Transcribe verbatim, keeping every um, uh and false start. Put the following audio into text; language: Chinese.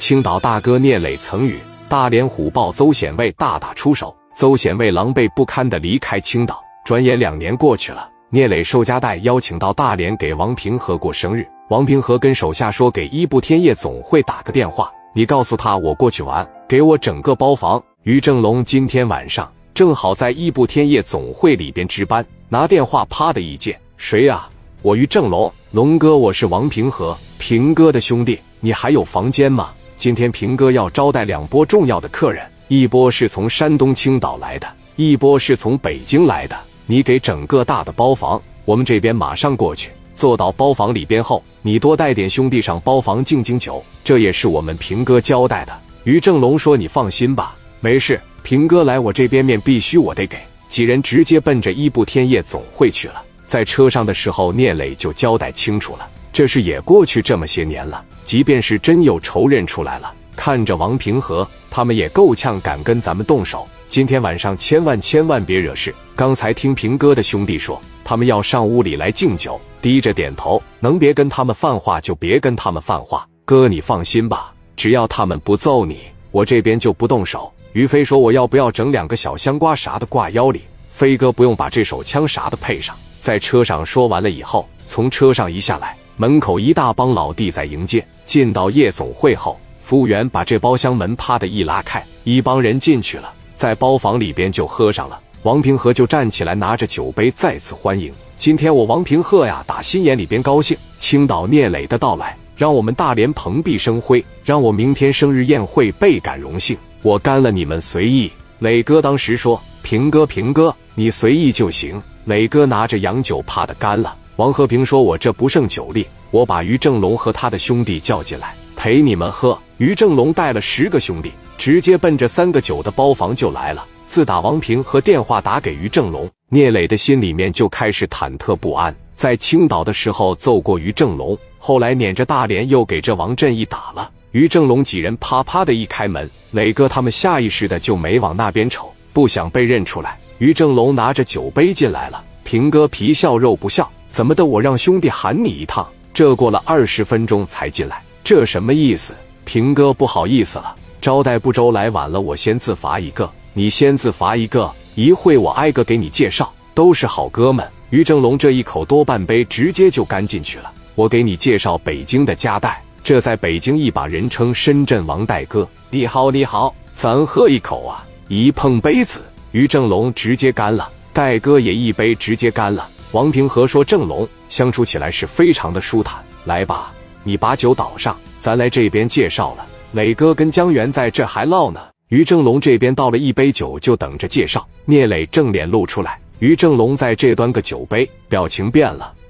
青岛大哥聂磊曾与大连虎豹邹显卫大打出手，邹显卫狼狈不堪地离开青岛。转眼两年过去了，聂磊受家带邀请到大连给王平和过生日。王平和跟手下说，给伊布天业总会打个电话，你告诉他我过去玩，给我整个包房。于正龙今天晚上正好在伊布天业总会里边值班，拿电话啪的一接，谁呀、啊？我于正龙，龙哥，我是王平和，平哥的兄弟，你还有房间吗？今天平哥要招待两波重要的客人，一波是从山东青岛来的，一波是从北京来的，你给整个大的包房，我们这边马上过去。坐到包房里边后，你多带点兄弟上包房敬敬酒，这也是我们平哥交代的。于正龙说，你放心吧，没事，平哥来我这边面必须我得给。几人直接奔着伊布天业总会去了。在车上的时候，聂磊就交代清楚了，这事也过去这么些年了，即便是真有仇人出来了，看着王平和他们也够呛敢跟咱们动手，今天晚上千万千万别惹事。刚才听平哥的兄弟说他们要上屋里来敬酒，低着点头，能别跟他们犯话就别跟他们犯话。哥你放心吧，只要他们不揍你，我这边就不动手。于飞说，我要不要整两个小香瓜啥的挂腰里？飞哥不用把这手枪啥的配上。在车上说完了以后，从车上一下来，门口一大帮老弟在迎接。进到夜总会后，服务员把这包厢门啪的一拉开，一帮人进去了，在包房里边就喝上了。王平和就站起来拿着酒杯再次欢迎，今天我王平和呀打心眼里边高兴，青岛聂磊的到来让我们大连蓬荜生辉，让我明天生日宴会倍感荣幸，我干了你们随意。磊哥当时说，平哥平哥你随意就行。磊哥拿着洋酒啪的干了。王和平说，我这不胜酒力，我把于正龙和他的兄弟叫进来陪你们喝。于正龙带了十个兄弟直接奔着三个酒的包房就来了。自打王平和电话打给于正龙，聂磊的心里面就开始忐忑不安。在青岛的时候揍过于正龙，后来撵着大连又给这王振义打了。于正龙几人啪啪的一开门，磊哥他们下意识的就没往那边瞅，不想被认出来。于正龙拿着酒杯进来了，平哥皮笑肉不笑，怎么的我让兄弟喊你一趟，这过了二十分钟才进来，这什么意思？平哥不好意思了，招待不周来晚了，我先自罚一个，你先自罚一个，一会我挨个给你介绍，都是好哥们。于正龙这一口多半杯直接就干进去了。我给你介绍北京的家带，这在北京一把人称深圳王带哥。你好你好，咱喝一口啊！一碰杯子，于正龙直接干了，带哥也一杯直接干了。王平和说，正龙相处起来是非常的舒坦，来吧，你把酒倒上，咱来这边介绍了。磊哥跟江源在这还唠呢，于正龙这边倒了一杯酒就等着介绍。聂磊正脸露出来，于正龙在这端个酒杯，表情变了，